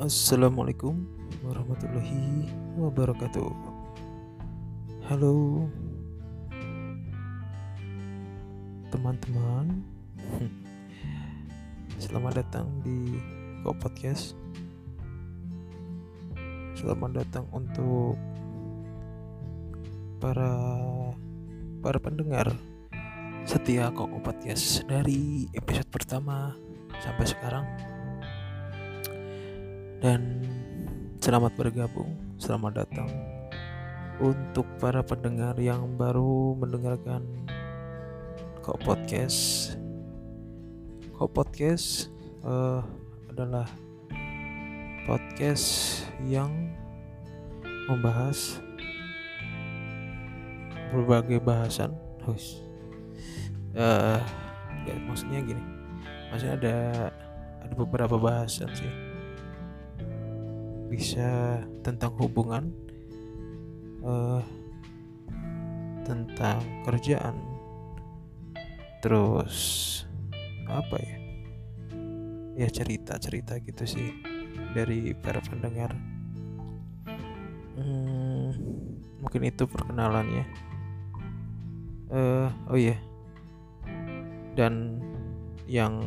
Assalamualaikum warahmatullahi wabarakatuh. Halo teman-teman, selamat datang di Podcast. Selamat datang untuk para pendengar setia Koko Podcast dari episode pertama sampai sekarang. Dan selamat bergabung, selamat datang untuk para pendengar yang baru mendengarkan Kok Podcast. Kok Podcast adalah podcast yang membahas berbagai bahasan. Maksudnya gini, maksudnya ada beberapa bahasan sih. Bisa tentang hubungan, tentang kerjaan, terus apa ya cerita gitu sih dari para pendengar. Mungkin itu perkenalannya. Oh iya, dan yang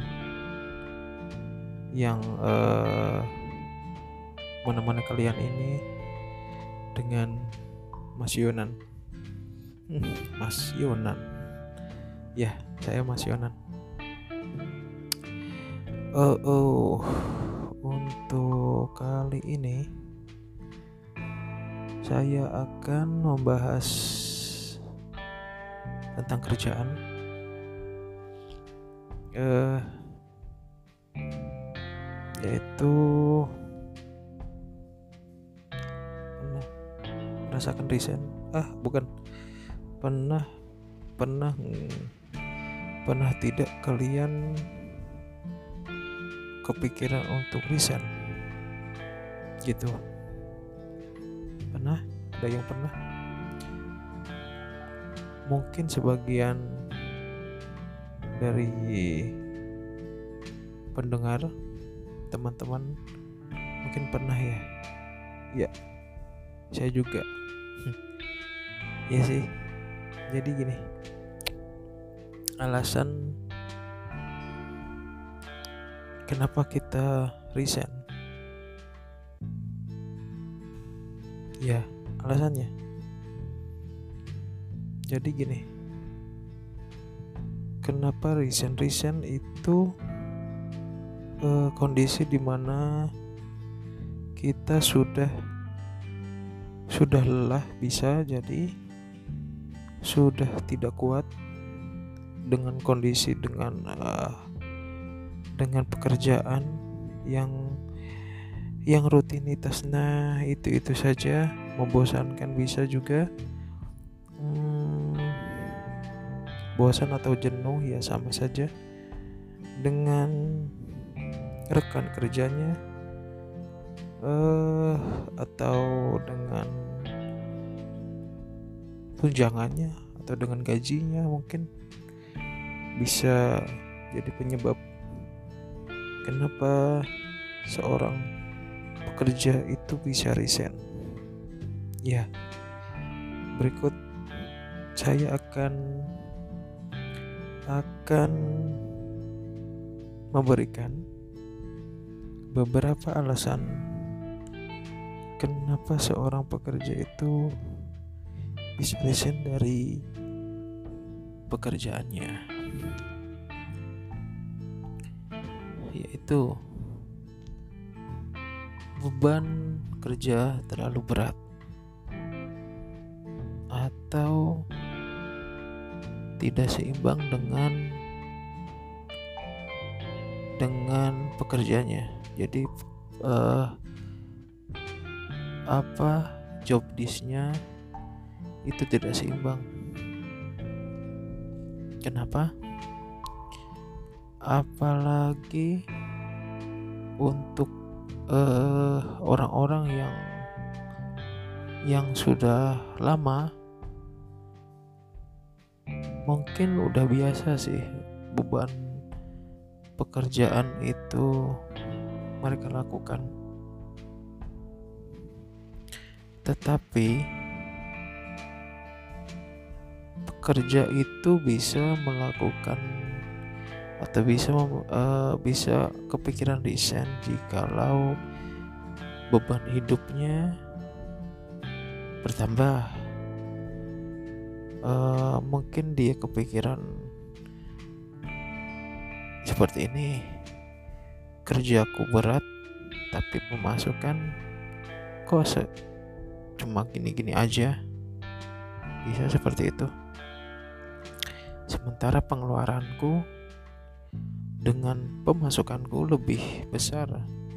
menemani kalian ini dengan Mas Yonan. Mas Yonan. Ya, saya Mas Yonan. Untuk kali ini saya akan membahas tentang kerjaan. Yaitu merasakan resign. Pernah tidak kalian kepikiran untuk resign gitu? Pernah? Ada yang pernah? Mungkin sebagian dari pendengar, teman-teman mungkin pernah ya. Ya, saya juga. Ya sih. Jadi gini, alasan kenapa kita resign. Ya, alasannya. Jadi gini, kenapa resign itu kondisi dimana kita sudah lelah, bisa jadi sudah tidak kuat dengan kondisi, dengan pekerjaan yang rutinitasnya itu saja, membosankan, bisa juga bosan atau jenuh, ya sama saja dengan rekan kerjanya, atau dengan tunjangannya atau dengan gajinya. Mungkin bisa jadi penyebab kenapa seorang pekerja itu bisa resign. Ya, berikut saya akan memberikan beberapa alasan kenapa seorang pekerja itu bisa resign dari pekerjaannya. Yaitu beban kerja terlalu berat, atau tidak seimbang dengan pekerjaannya. Jadi job disk-nya itu tidak seimbang. Kenapa? Apalagi untuk orang-orang yang sudah lama, mungkin udah biasa sih beban pekerjaan itu mereka lakukan. Tetapi pekerja itu bisa melakukan atau bisa kepikiran resign jikalau beban hidupnya bertambah. Mungkin dia kepikiran seperti ini, kerjaku berat tapi pemasukan kok cuma gini-gini aja. Bisa seperti itu. Sementara pengeluaranku dengan pemasukanku lebih besar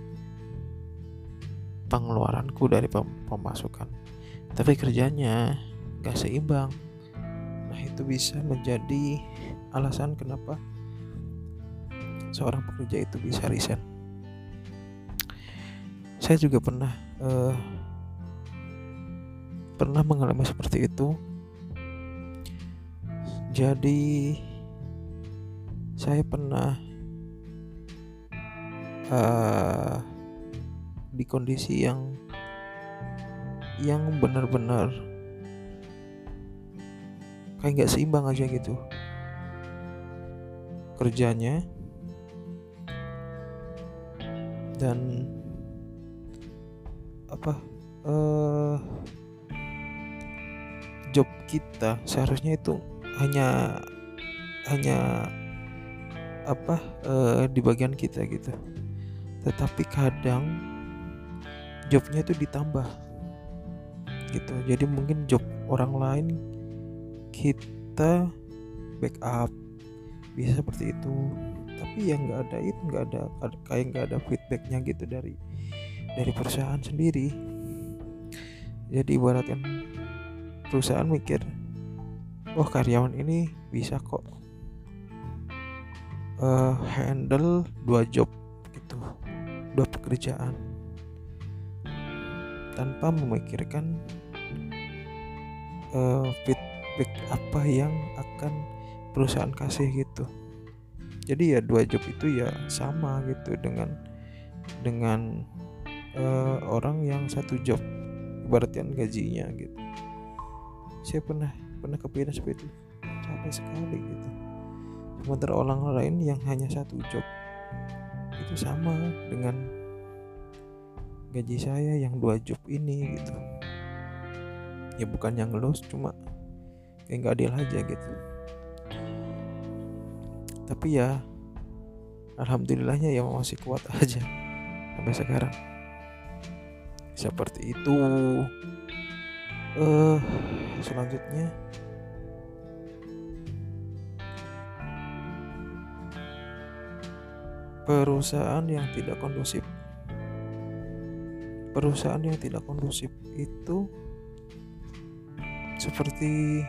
pengeluaranku dari pemasukan, tapi kerjanya gak seimbang. Nah, itu bisa menjadi alasan kenapa seorang pekerja itu bisa resign. Saya juga pernah mengalami seperti itu. Jadi saya pernah di kondisi yang benar-benar kayak nggak seimbang aja gitu kerjanya, dan job kita seharusnya itu hanya di bagian kita gitu, tetapi kadang jobnya itu ditambah gitu. Jadi mungkin job orang lain kita backup, bisa seperti itu, tapi yang nggak ada feedbacknya gitu dari perusahaan sendiri. Jadi ibaratkan perusahaan mikir, oh karyawan ini bisa kok handle 2 job gitu, 2 pekerjaan, tanpa memikirkan feedback apa yang akan perusahaan kasih gitu. Jadi ya 2 job itu ya sama gitu dengan orang yang 1 job, ibaratkan gajinya gitu. Saya pernah kepikiran seperti itu, capek sekali gitu. Sementara orang lain yang hanya 1 job itu sama dengan gaji saya yang 2 job ini gitu. Ya bukan yang ngelus, cuma kayak nggak adil aja gitu. Tapi ya alhamdulillahnya ya masih kuat aja sampai sekarang. Seperti itu. Selanjutnya perusahaan yang tidak kondusif itu seperti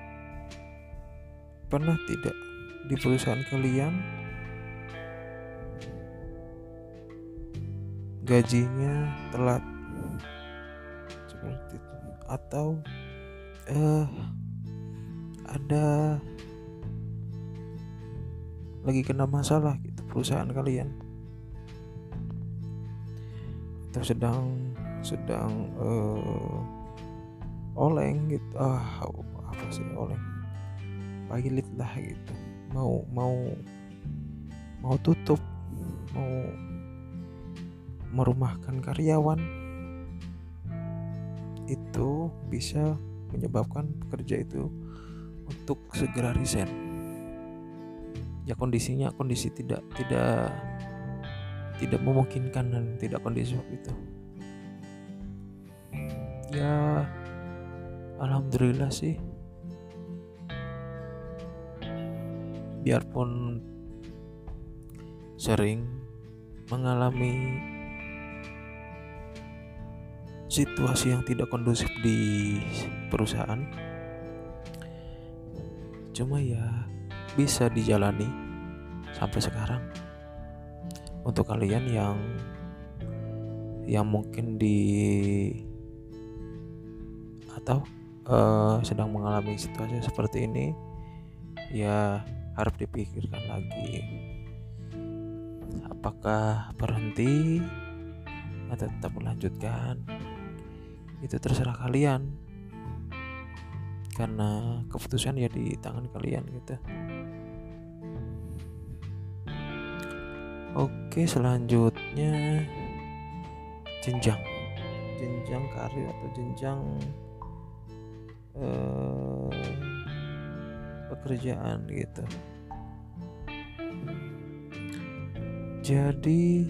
pernah tidak di perusahaan kalian gajinya telat seperti itu, atau ada lagi kena masalah gitu perusahaan kalian, atau sedang oleng gitu, apa sih oleng, pilot lah gitu, mau tutup, mau merumahkan karyawan, itu bisa menyebabkan pekerja itu untuk segera resign. Ya kondisi tidak memungkinkan dan tidak kondisif itu. Ya alhamdulillah sih, biarpun sering mengalami situasi yang tidak kondusif di perusahaan, cuma ya bisa dijalani sampai sekarang. Untuk kalian yang mungkin sedang mengalami situasi seperti ini, ya harus dipikirkan lagi, apakah berhenti atau tetap melanjutkan. itu terserah kalian, karena keputusan ya di tangan kalian gitu. Oke, selanjutnya jenjang karir atau jenjang pekerjaan gitu. Jadi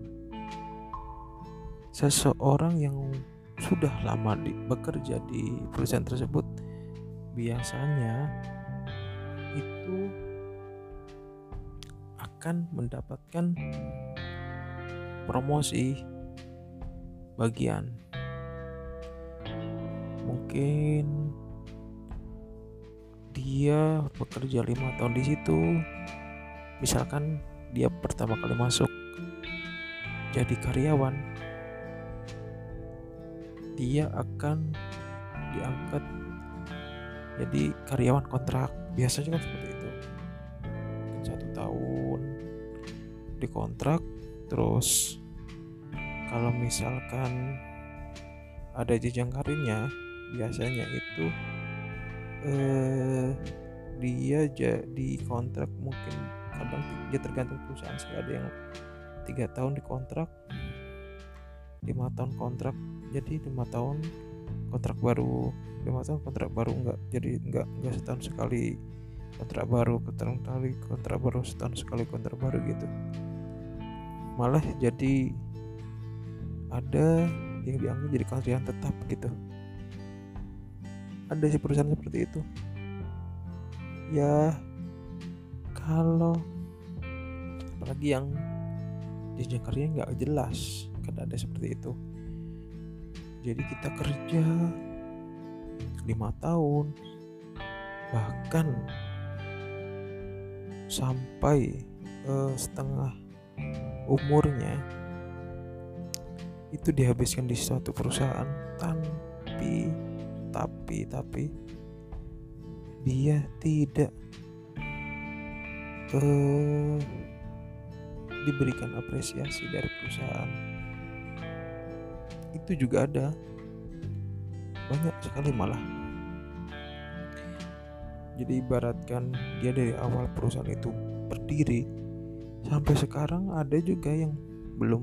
seseorang yang sudah lama bekerja di perusahaan tersebut biasanya itu akan mendapatkan promosi bagian. Mungkin dia bekerja 5 tahun di situ, misalkan dia pertama kali masuk jadi karyawan, dia akan diangkat jadi karyawan kontrak. Biasanya kan seperti itu, mungkin 1 tahun dikontrak. Terus kalau misalkan ada jenjang karirnya, biasanya itu dia jadi kontrak, mungkin kadang dia tergantung perusahaan sih, ada yang 3 tahun dikontrak, 5 tahun kontrak, jadi 5 tahun kontrak baru, 5 tahun kontrak baru, enggak setahun sekali kontrak baru, kontrak baru, setahun sekali kontrak baru gitu. Malah jadi ada yang dianggap jadi karyawan tetap gitu. Ada sih perusahaan seperti itu ya. Kalau apalagi yang jenjang karirnya nggak jelas, kan ada seperti itu. Jadi kita kerja 5 tahun bahkan sampai setengah umurnya itu dihabiskan di suatu perusahaan, tapi dia tidak diberikan apresiasi dari perusahaan. Itu juga ada, banyak sekali malah. Jadi ibaratkan dia dari awal perusahaan itu berdiri sampai sekarang, ada juga yang belum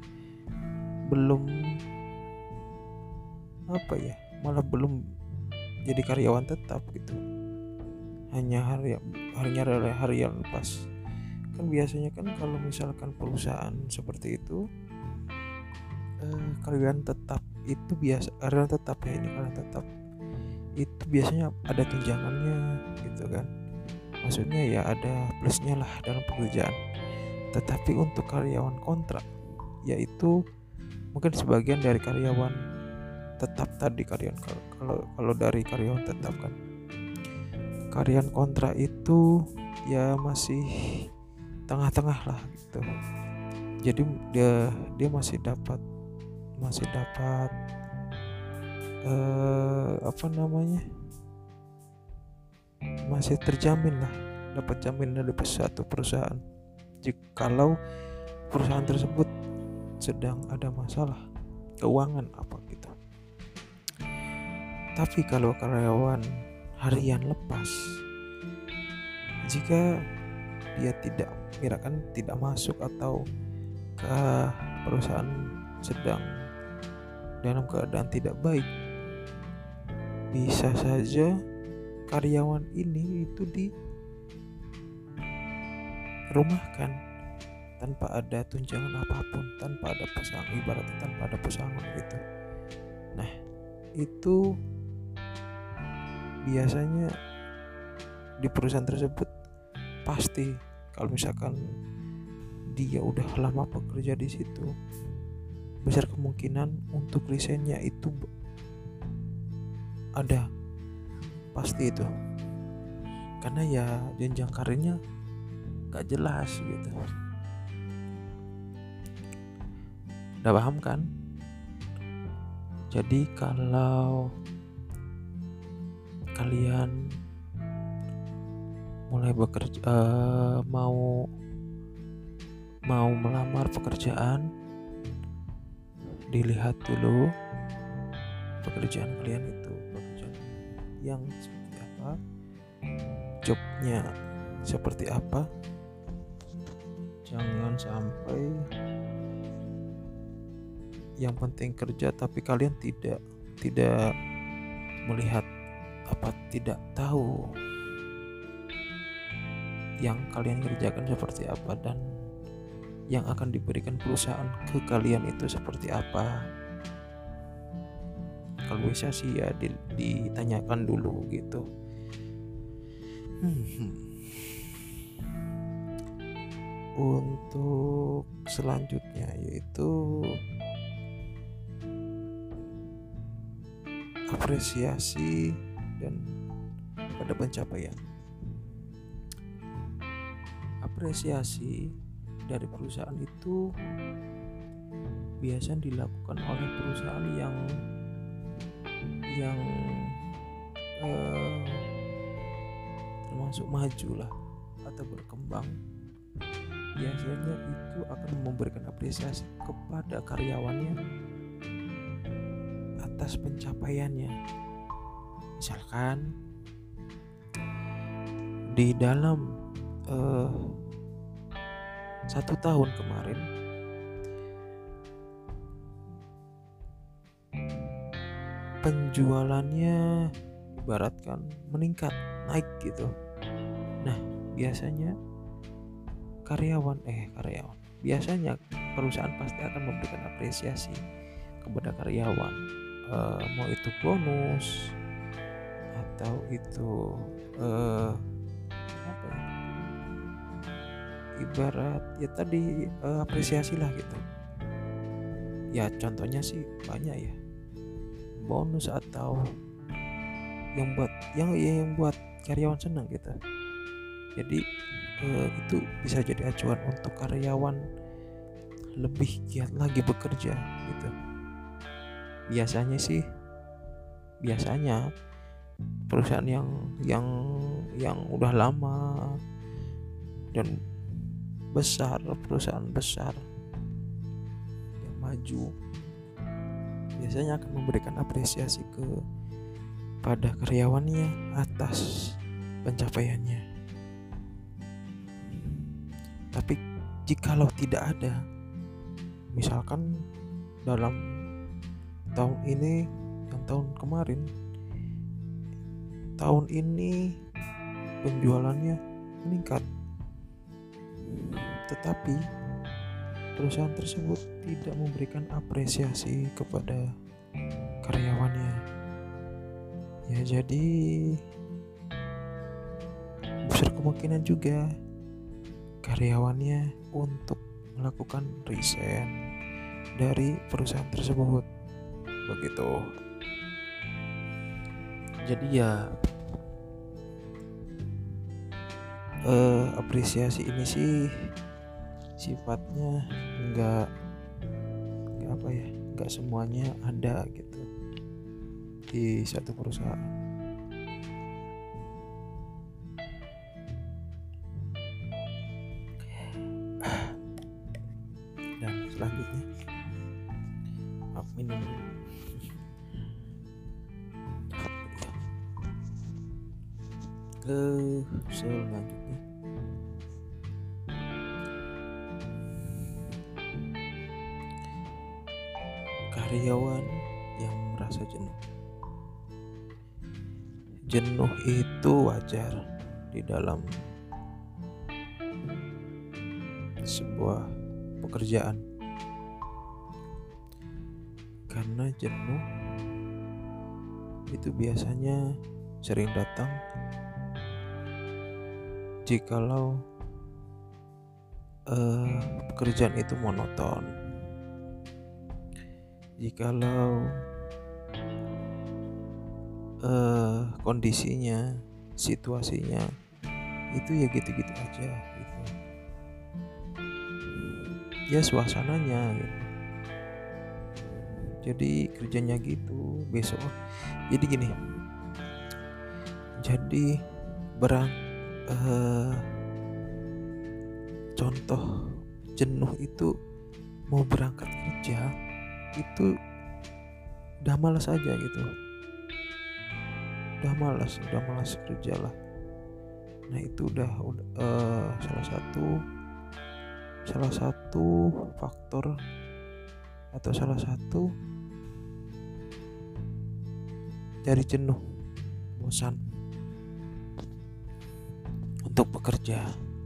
malah belum jadi karyawan tetap gitu, hanya harian lepas. Kan biasanya kan kalau misalkan perusahaan seperti itu, karyawan tetap itu karyawan tetap itu biasanya ada tunjangannya gitu kan, maksudnya ya ada plusnya lah dalam pekerjaan. Tetapi untuk karyawan kontrak, yaitu mungkin sebagian dari karyawan tetap tadi, kalau dari karyawan tetap kan, karyawan kontrak itu ya masih tengah-tengah lah gitu. Jadi dia masih dapat masih terjamin lah, dapat jaminan dari satu perusahaan jikalau perusahaan tersebut sedang ada masalah keuangan apa gitu. Tapi kalau karyawan harian lepas, jika dia tidak masuk atau ke perusahaan sedang dalam keadaan tidak baik, bisa saja karyawan ini itu dirumahkan tanpa ada tunjangan apapun, tanpa ada pesangon, ibaratnya tanpa ada pesangon gitu. Nah, itu biasanya di perusahaan tersebut pasti kalau misalkan dia udah lama bekerja di situ, besar kemungkinan untuk resignnya itu ada, pasti itu, karena ya jenjang karirnya gak jelas gitu. Udah paham kan? Jadi kalau kalian mulai bekerja, mau melamar pekerjaan, dilihat dulu pekerjaan kalian itu pekerjaan yang seperti apa, jobnya seperti apa. Jangan sampai yang penting kerja tapi kalian tidak melihat tidak tahu yang kalian kerjakan seperti apa dan yang akan diberikan perusahaan ke kalian itu seperti apa. Kalau bisa sih ya ditanyakan dulu gitu. Untuk selanjutnya yaitu apresiasi dan pada pencapaian. Apresiasi dari perusahaan itu biasanya dilakukan oleh perusahaan yang termasuk maju lah atau berkembang. Biasanya itu akan memberikan apresiasi kepada karyawannya atas pencapaiannya. Misalkan di dalam 1 tahun kemarin penjualannya ibaratkan meningkat, naik gitu. Nah, biasanya biasanya perusahaan pasti akan memberikan apresiasi kepada karyawan, mau itu bonus atau itu ibarat ya tadi apresiasi lah gitu ya. Contohnya sih banyak ya, bonus atau yang buat karyawan senang gitu. Jadi itu bisa jadi acuan untuk karyawan lebih giat lagi bekerja gitu. Biasanya perusahaan yang udah lama dan perusahaan besar yang maju biasanya akan memberikan apresiasi kepada karyawannya atas pencapaiannya. Tapi jikalau tidak ada, misalkan dalam tahun ini yang tahun kemarin, tahun ini penjualannya meningkat, tetapi perusahaan tersebut tidak memberikan apresiasi kepada karyawannya, ya jadi besar kemungkinan juga karyawannya untuk melakukan resign dari perusahaan tersebut begitu. Jadi ya apresiasi ini sih sifatnya enggak semuanya ada gitu di satu perusahaan. Dan selanjutnya minum dulu. Selanjutnya karyawan yang merasa jenuh itu wajar di dalam sebuah pekerjaan, karena jenuh itu biasanya sering datang jikalau pekerjaan itu monoton, jikalau kondisinya, situasinya itu ya gitu-gitu aja gitu. Ya suasananya gitu. Jadi kerjanya gitu, besok jadi gini. Jadi contoh jenuh itu mau berangkat kerja itu udah malas aja gitu, udah malas kerja lah. Nah itu udah salah satu faktor atau salah satu dari jenuh, bosan untuk bekerja.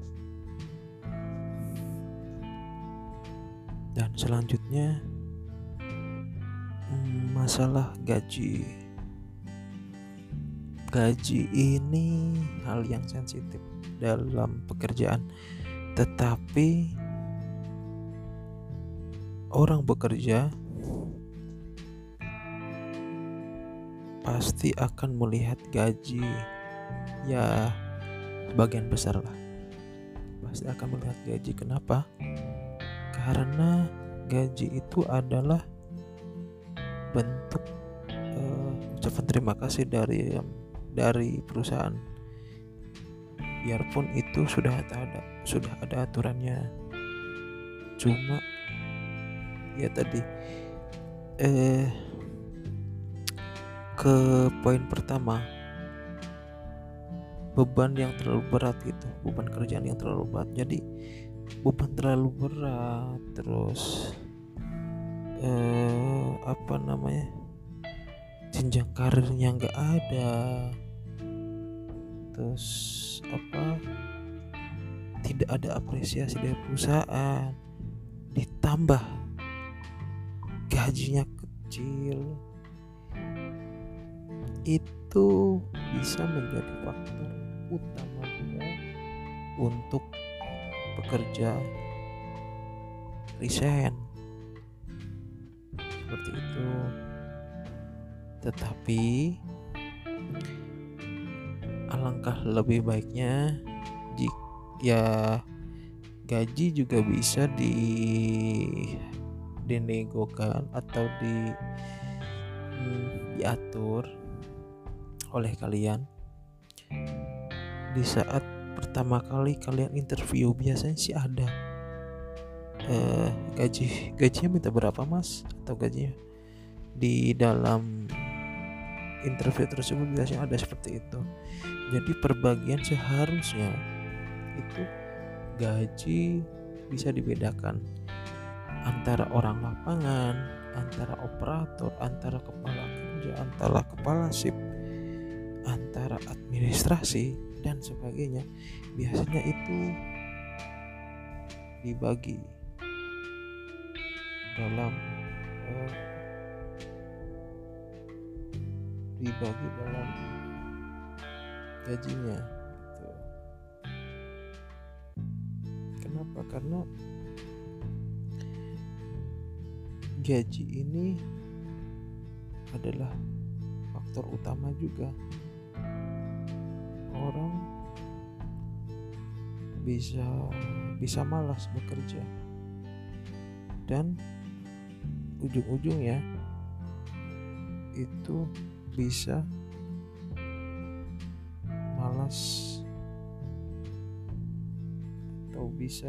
Dan selanjutnya masalah gaji. Gaji ini hal yang sensitif dalam pekerjaan, tetapi orang bekerja pasti akan melihat gaji, ya sebagian besar lah pasti akan melihat gaji. Kenapa? Karena gaji itu adalah bentuk ucapan terima kasih dari perusahaan, biarpun itu sudah ada aturannya. Cuma ya tadi ke poin pertama, beban yang terlalu berat gitu, beban kerjaan yang terlalu berat. Jadi beban terlalu berat, terus jenjang karirnya nggak ada, terus tidak ada apresiasi dari perusahaan, ditambah gajinya kecil, itu bisa menjadi faktor utama juga untuk pekerja resign seperti itu. Tetapi alangkah lebih baiknya ya gaji juga bisa dinegokan atau diatur oleh kalian di saat pertama kali kalian interview. Biasanya sih ada gajinya minta berapa mas, atau gajinya di dalam interview tersebut biasanya ada seperti itu. Jadi perbagian seharusnya itu gaji bisa dibedakan antara orang lapangan, antara operator, antara kepala kerja, antara kepala shift, antara administrasi dan sebagainya. Biasanya itu dibagi dalam gajinya gitu. Kenapa? Karena gaji ini adalah faktor utama juga. Orang bisa malas bekerja dan ujung-ujungnya itu bisa malas atau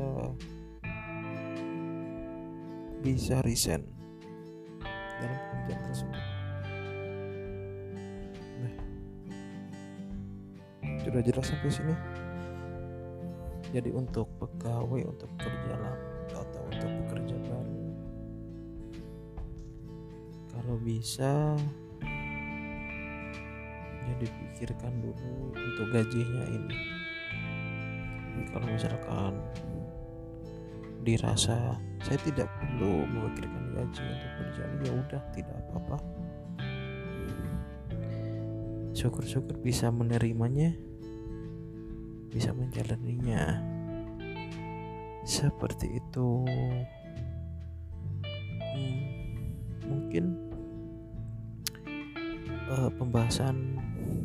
bisa resign dalam pekerjaan tersebut. Nah, sudah jelas sampai sini. Jadi untuk pegawai, untuk pekerja lama atau untuk pekerja baru, kalau bisa ya dipikirkan dulu untuk gajinya ini. Kalau misalkan dirasa saya tidak perlu memikirkan gaji untuk kerjaan, ya udah, tidak apa-apa. Syukur-syukur bisa menerimanya, bisa menjalaninya seperti itu. Mungkin pembahasan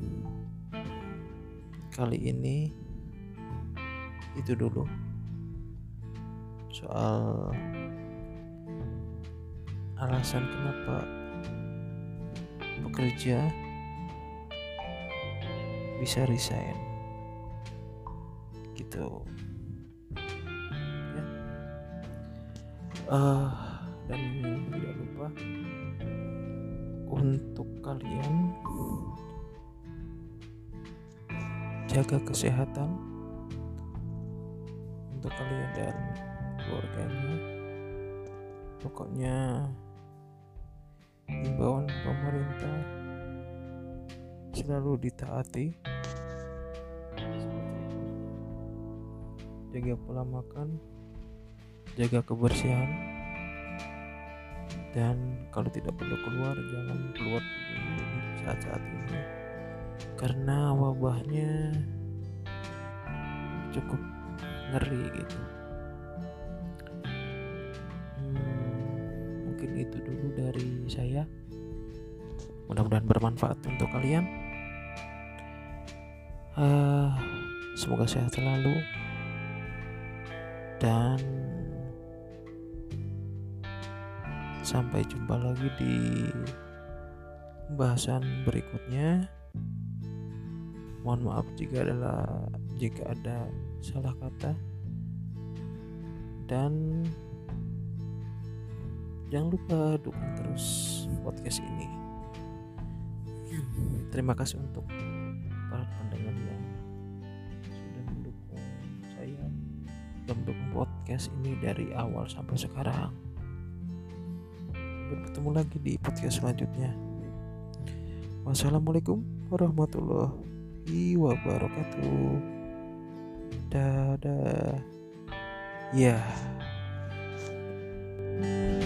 kali ini itu dulu soal alasan kenapa pekerja bisa resign gitu ya. Dan tidak lupa untuk kalian jaga kesehatan untuk kalian dan keluarganya. Pokoknya himbauan pemerintah selalu ditaati. Jaga pola makan, jaga kebersihan, dan kalau tidak perlu keluar jangan keluar dulu saat-saat ini karena wabahnya cukup ngeri gitu. Mungkin itu dulu dari saya, mudah-mudahan bermanfaat untuk kalian. Semoga sehat selalu dan sampai jumpa lagi di pembahasan berikutnya. Mohon maaf jika ada salah kata, dan jangan lupa dukung terus podcast ini. Terima kasih untuk para pendengar yang sudah mendukung saya, sudah mendukung podcast ini dari awal sampai sekarang. Bertemu lagi di podcast selanjutnya. Wassalamualaikum warahmatullahi wabarakatuh. Dadah. Ya.